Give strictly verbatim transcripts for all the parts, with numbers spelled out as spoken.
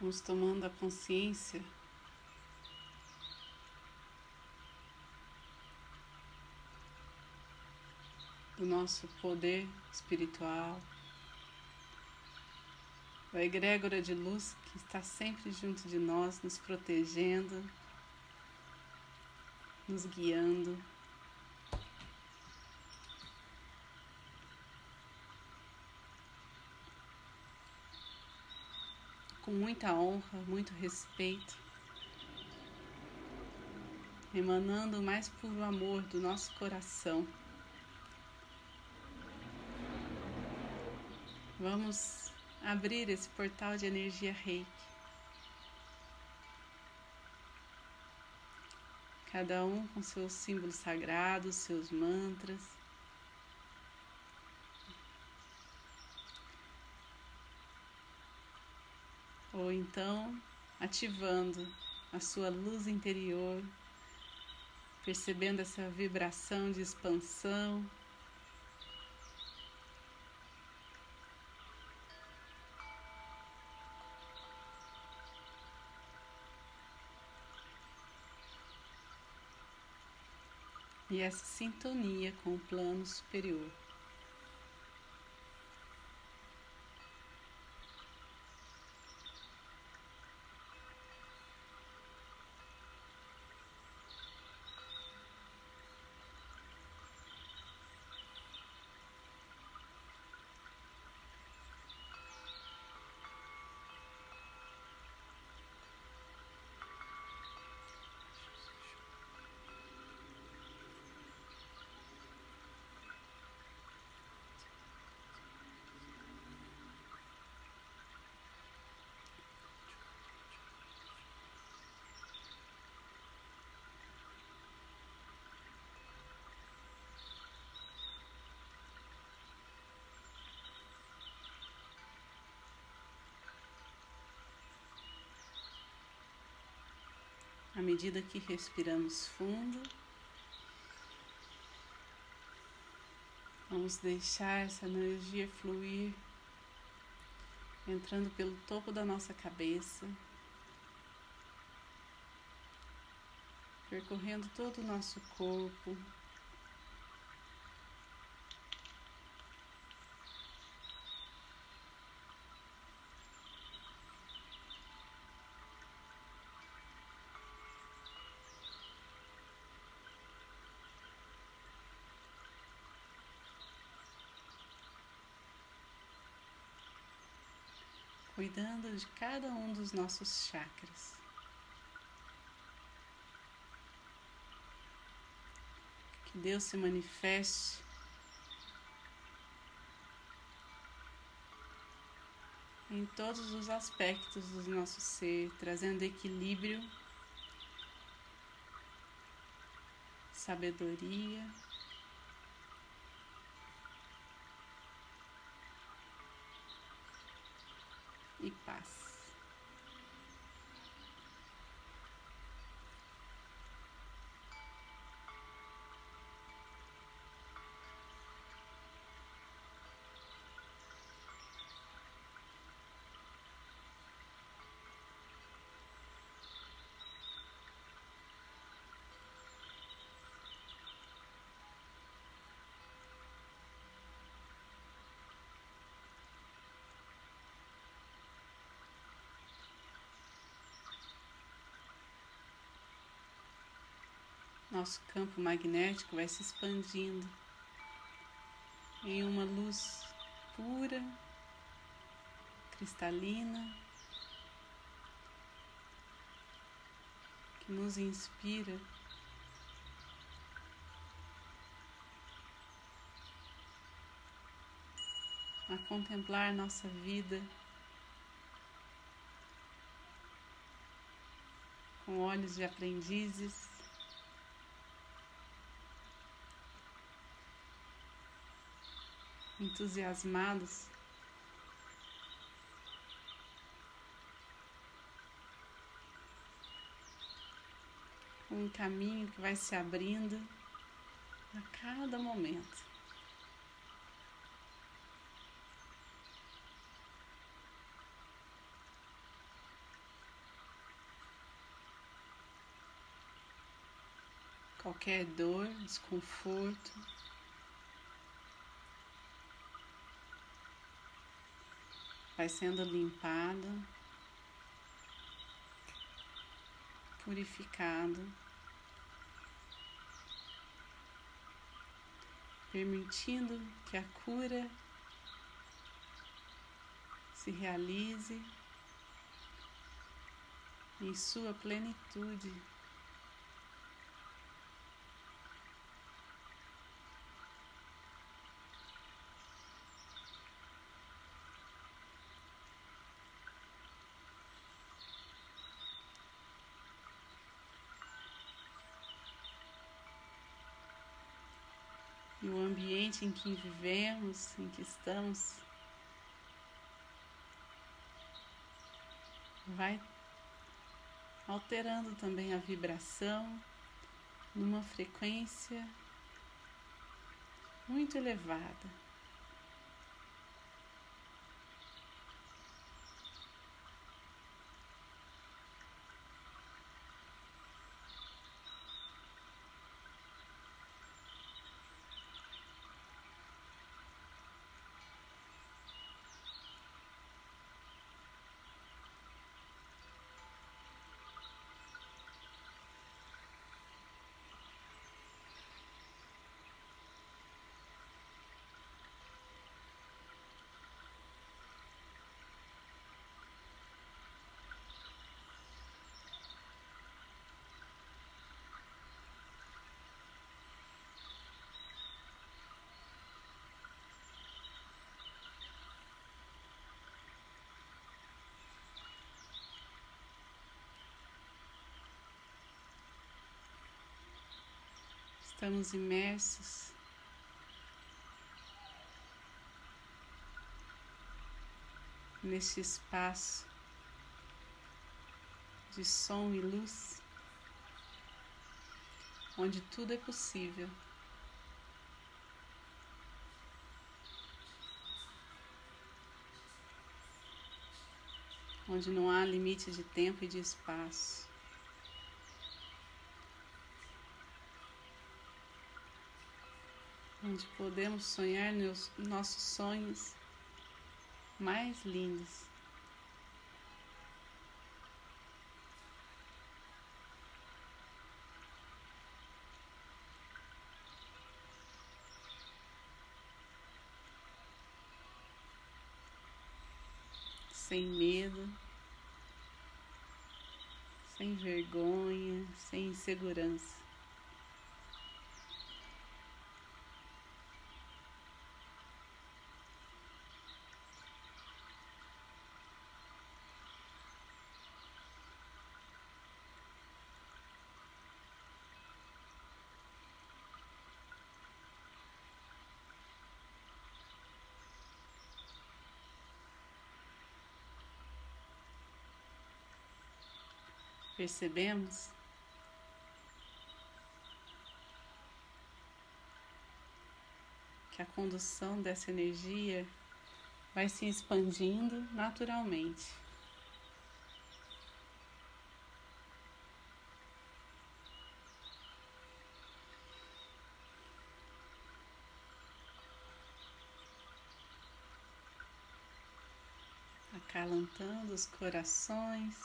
Vamos tomando a consciência do nosso poder espiritual, da egrégora de luz que está sempre junto de nós, nos protegendo, nos guiando. Com muita honra, muito respeito, emanando o mais puro amor do nosso coração. Vamos abrir esse portal de energia Reiki. Cada um com seus símbolos sagrados, seus mantras. Ou então ativando a sua luz interior, percebendo essa vibração de expansão. E essa sintonia com o plano superior. À medida que respiramos fundo, vamos deixar essa energia fluir, entrando pelo topo da nossa cabeça, percorrendo todo o nosso corpo, cuidando de cada um dos nossos chakras. Que Deus se manifeste em todos os aspectos do nosso ser, trazendo equilíbrio, sabedoria e paz. Nosso campo magnético vai se expandindo em uma luz pura, cristalina, que nos inspira a contemplar nossa vida com olhos de aprendizes, entusiasmados com um caminho que vai se abrindo a cada momento. qualquer dor, desconforto. Vai sendo limpado, purificado, permitindo que a cura se realize em sua plenitude. E o ambiente em que vivemos, em que estamos, vai alterando também a vibração numa frequência muito elevada. Estamos imersos neste espaço de som e luz, onde tudo é possível. Onde não há limite de tempo e de espaço. Onde podemos sonhar nos nossos sonhos mais lindos. Sem medo, sem vergonha, sem insegurança. Percebemos que a condução dessa energia vai se expandindo naturalmente. Acalentando os corações.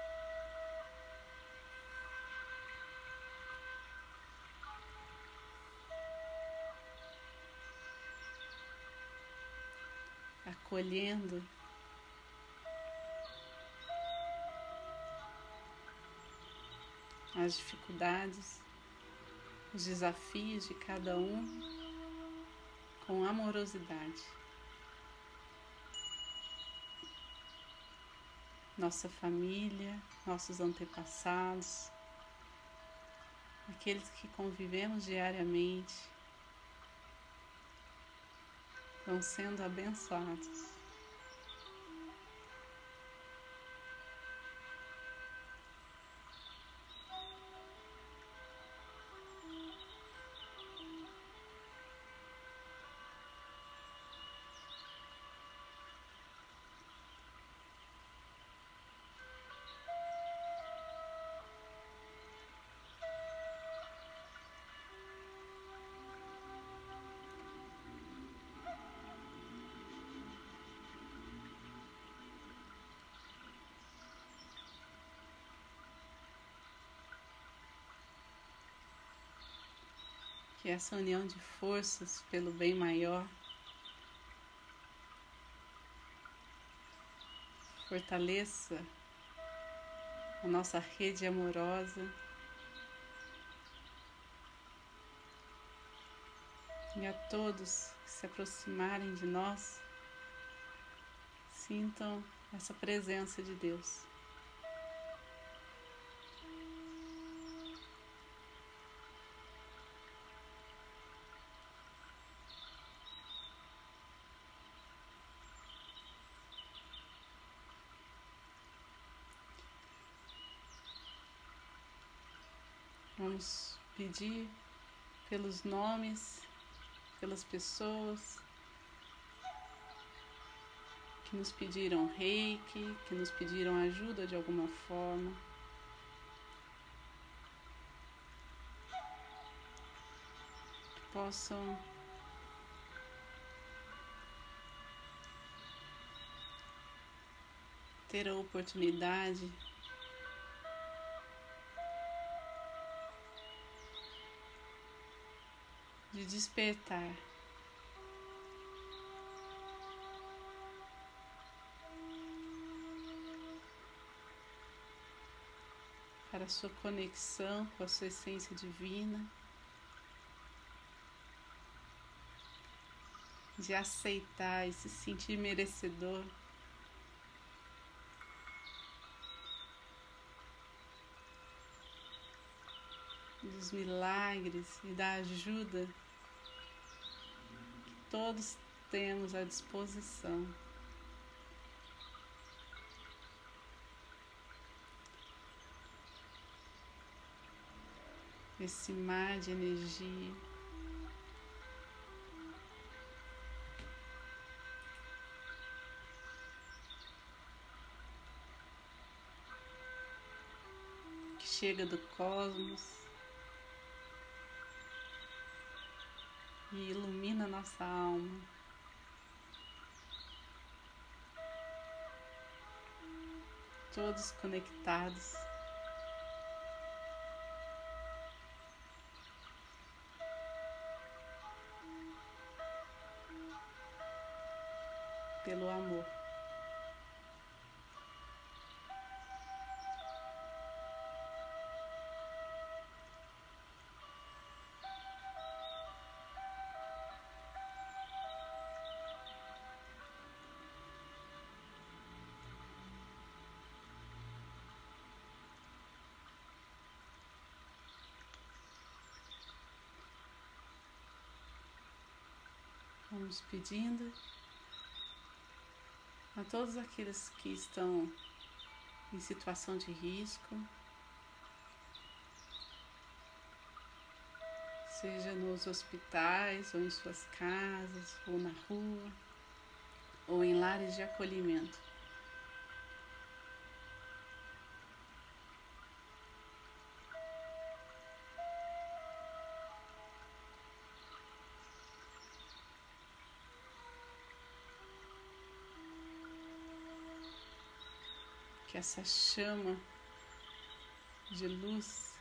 Acolhendo as dificuldades, os desafios de cada um com amorosidade. Nossa família, nossos antepassados, aqueles que convivemos diariamente, estão sendo abençoados. Que essa união de forças pelo bem maior fortaleça a nossa rede amorosa e a todos que se aproximarem de nós sintam essa presença de Deus. Vamos pedir pelos nomes, pelas pessoas que nos pediram reiki, que nos pediram ajuda de alguma forma. Que possam ter a oportunidade de despertar para a sua conexão com a sua essência divina, de aceitar e se sentir merecedor dos milagres e da ajuda que todos temos à disposição. Esse mar de energia que chega do cosmos e ilumina nossa alma. Todos conectados. Pelo amor. Vamos pedindo a todos aqueles que estão em situação de risco, seja nos hospitais, ou em suas casas, ou na rua, ou em lares de acolhimento. Que essa chama de luz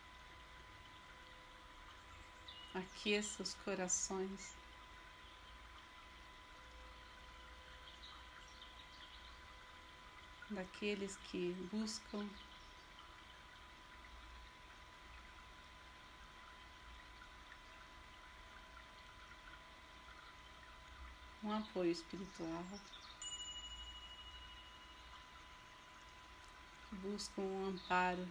aqueça os corações daqueles que buscam um apoio espiritual, que buscam um amparo.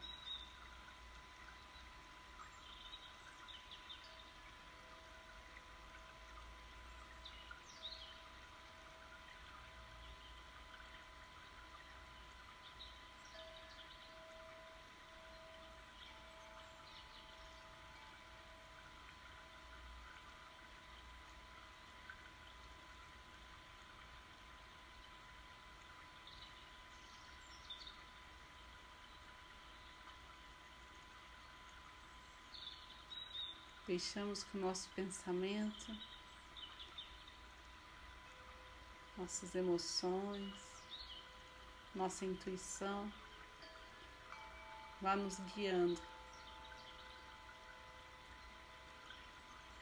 Deixamos que o nosso pensamento, nossas emoções, nossa intuição vá nos guiando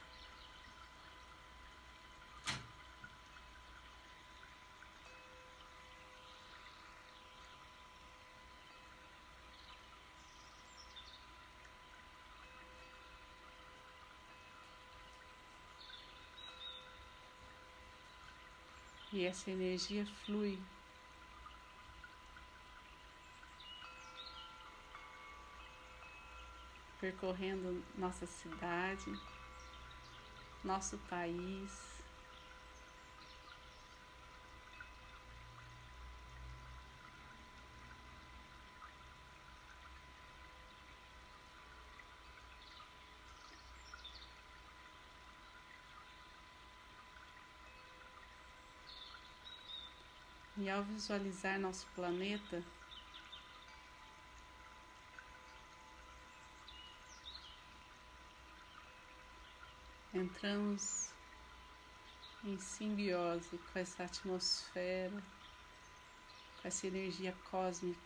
E essa energia flui percorrendo nossa cidade, nosso país. E ao visualizar nosso planeta, entramos em simbiose com essa atmosfera, com essa energia cósmica.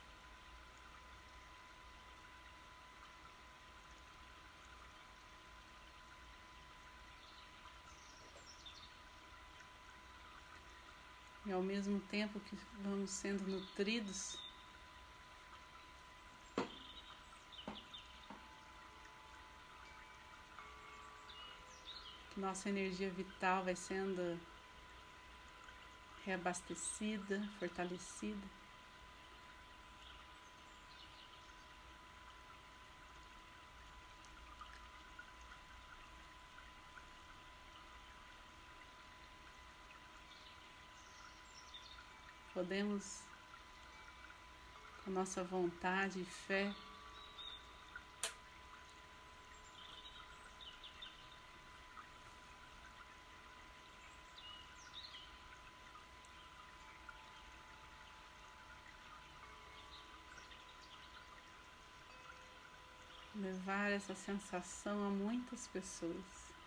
E ao mesmo tempo que vamos sendo nutridos, que nossa energia vital vai sendo reabastecida, fortalecida. Podemos, com nossa vontade e fé, levar essa sensação a muitas pessoas.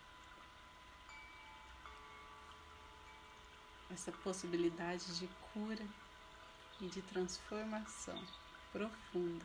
Essa possibilidade de cura e de transformação profunda.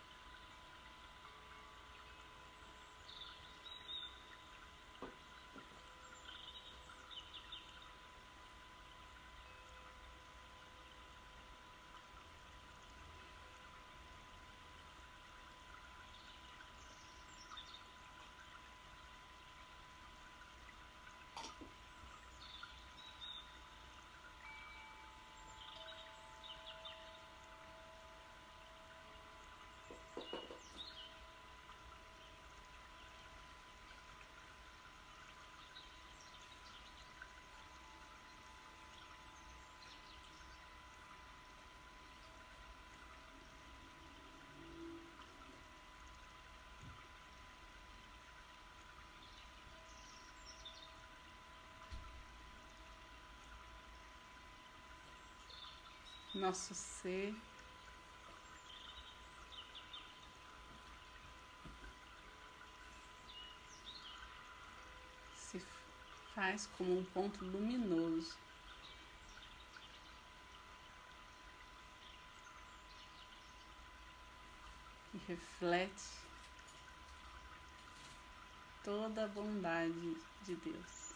Nosso ser se faz como um ponto luminoso e reflete toda a bondade de Deus.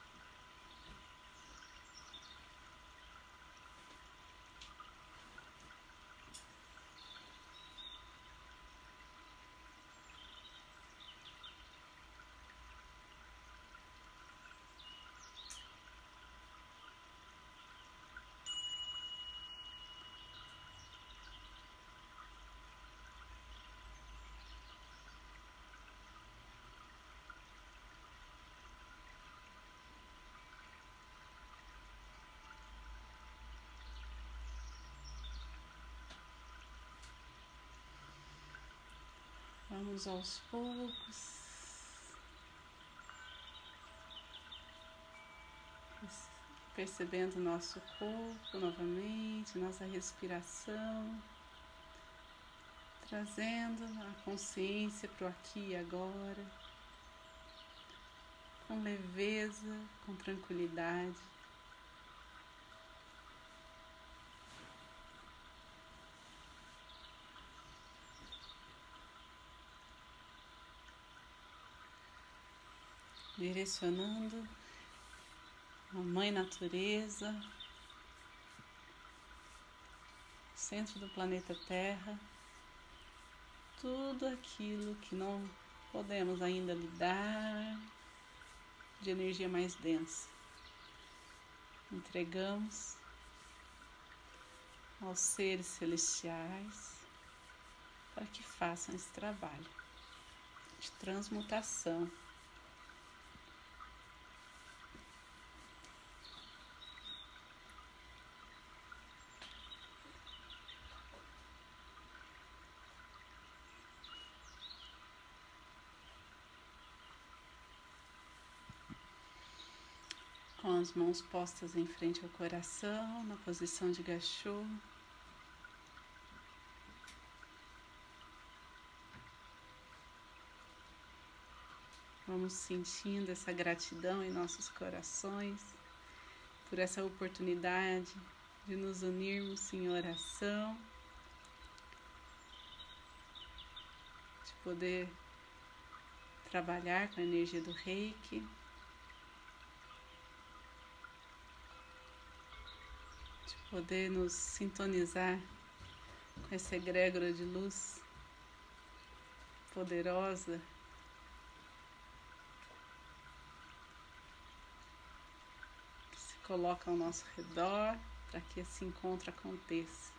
Vamos aos poucos, percebendo nosso corpo novamente, nossa respiração, trazendo a consciência para o aqui e agora, com leveza, com tranquilidade. Direcionando a Mãe Natureza, centro do planeta Terra, tudo aquilo que não podemos ainda lidar de energia mais densa. entregamos aos seres celestiais para que façam esse trabalho de transmutação. Com as mãos postas em frente ao coração, na posição de gachô. Vamos sentindo essa gratidão em nossos corações por essa oportunidade de nos unirmos em oração, de poder trabalhar com a energia do Reiki, de poder nos sintonizar com essa egrégora de luz poderosa coloca ao nosso redor para que esse encontro aconteça.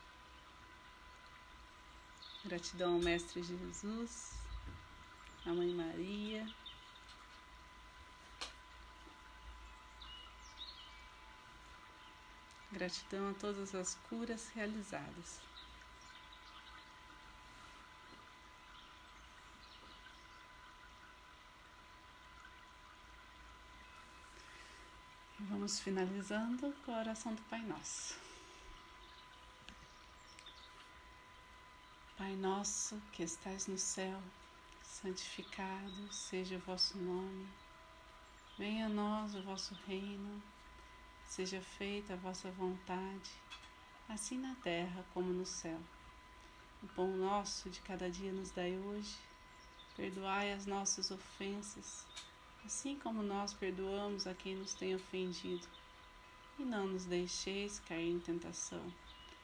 Gratidão ao Mestre Jesus, à Mãe Maria, gratidão a todas as curas realizadas. Vamos finalizando com a oração do Pai Nosso. Pai nosso que estais no céu, santificado seja o vosso nome. Venha a nós o vosso reino. Seja feita a vossa vontade, assim na terra como no céu. O pão nosso de cada dia nos dai hoje. Perdoai as nossas ofensas, assim como nós perdoamos a quem nos tem ofendido. E não nos deixeis cair em tentação,